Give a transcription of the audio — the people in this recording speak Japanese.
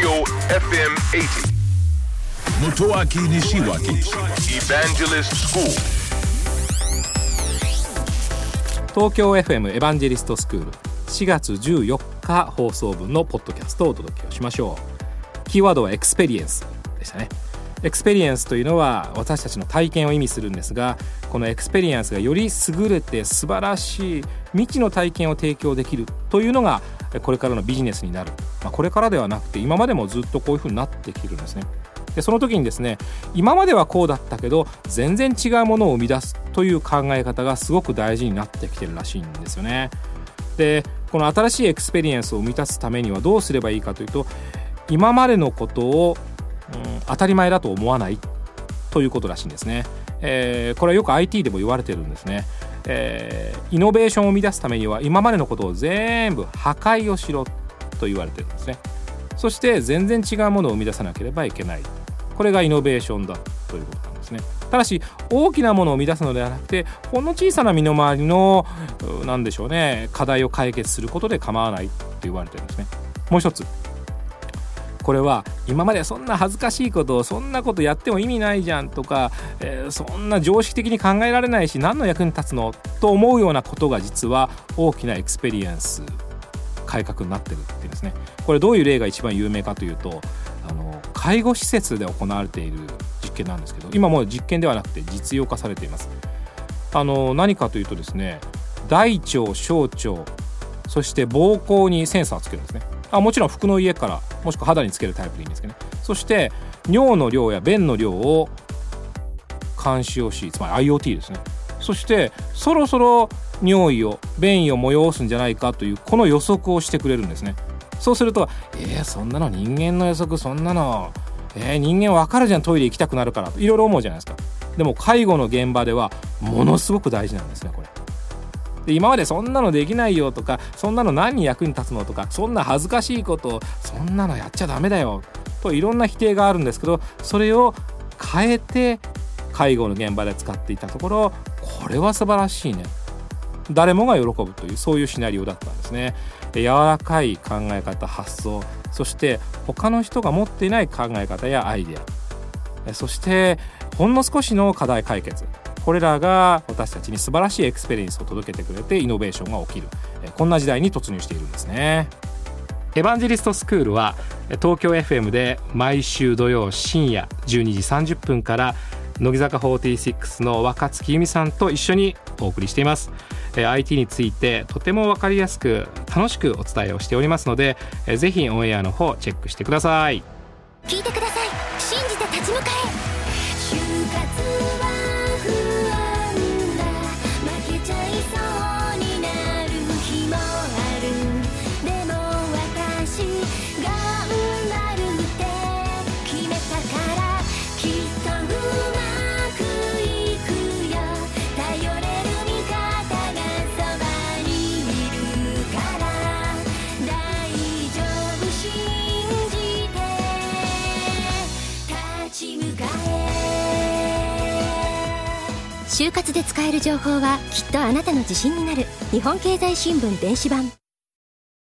Tokyo FM 80. Motoaki Nishiwaki Evangelist School. 東京 FM エヴァンジェリストスクール4月14日放送分のポッドキャストをお届けをしましょう。キーワードはエクスペリエンスでしたね。エクスペリエンスというのは私たちの体験を意味するんですが、このエクスペリエンスがより優れて素晴らしい未知の体験を提供できるというのがこれからのビジネスになる、これからではなくて今までもずっとこういう風になってきてるんですね。でその時にですね、今まではこうだったけど全然違うものを生み出すという考え方がすごく大事になってきてるらしいんですよね。でこの新しいエクスペリエンスを生み出すためにはどうすればいいかというと、今までのことを、当たり前だと思わないということらしいんですね。これはよく IT でも言われてるんですね。イノベーションを生み出すためには今までのことを全部破壊をしろと言われてるんですね。そして全然違うものを生み出さなければいけない、これがイノベーションだということなんですね。ただし大きなものを生み出すのではなくて、ほんの小さな身の回りのなんでしょうね、課題を解決することで構わないと言われてるんですね。もう一つ、これは今までそんな恥ずかしいことをそんなことやっても意味ないじゃんとか、そんな常識的に考えられないし何の役に立つのと思うようなことが実は大きなエクスペリエンス改革になってるっていうんですね。これどういう例が一番有名かというと、介護施設で行われている実験なんですけど、今もう実験ではなくて実用化されています。何かというとですね、大腸、小腸、そして膀胱にセンサーをつけるんですね。もちろん服の家からもしくは肌につけるタイプでいいんですけどね。そして尿の量や便の量を監視をし、つまり IoT ですね。そしてそろそろ尿意を便意を催すんじゃないかというこの予測をしてくれるんですね。そうするとそんなの人間の予測、そんなの人間わかるじゃん、トイレ行きたくなるからといろいろ思うじゃないですか。でも介護の現場ではものすごく大事なんですね、これ。で今までそんなのできないよとか、そんなの何に役に立つのとか、そんな恥ずかしいことそんなのやっちゃダメだよといろんな否定があるんですけど、それを変えて介護の現場で使っていたところ、これは素晴らしいね、誰もが喜ぶという、そういうシナリオだったんですね。柔らかい考え方、発想、そして他の人が持っていない考え方やアイデア、そしてほんの少しの課題解決、これらが私たちに素晴らしいエクスペリエンスを届けてくれてイノベーションが起きる、こんな時代に突入しているんですね。エヴァンジェリストスクールは東京 FM で毎週土曜深夜12時30分から乃木坂46の若月由美さんと一緒にお送りしています。IT についてとても分かりやすく楽しくお伝えをしておりますので、ぜひオンエアの方チェックしてください。 聞いてください、信じて立ち向かえ。就活は不安だ、負けちゃいそうになる日もある。でも私頑張るって決めたから、きっとうまくいくよ。頼れる味方がそばにいるから、大丈夫、信じて立ち向かえ。就活で使える情報はきっとあなたの自信になる。日本経済新聞電子版。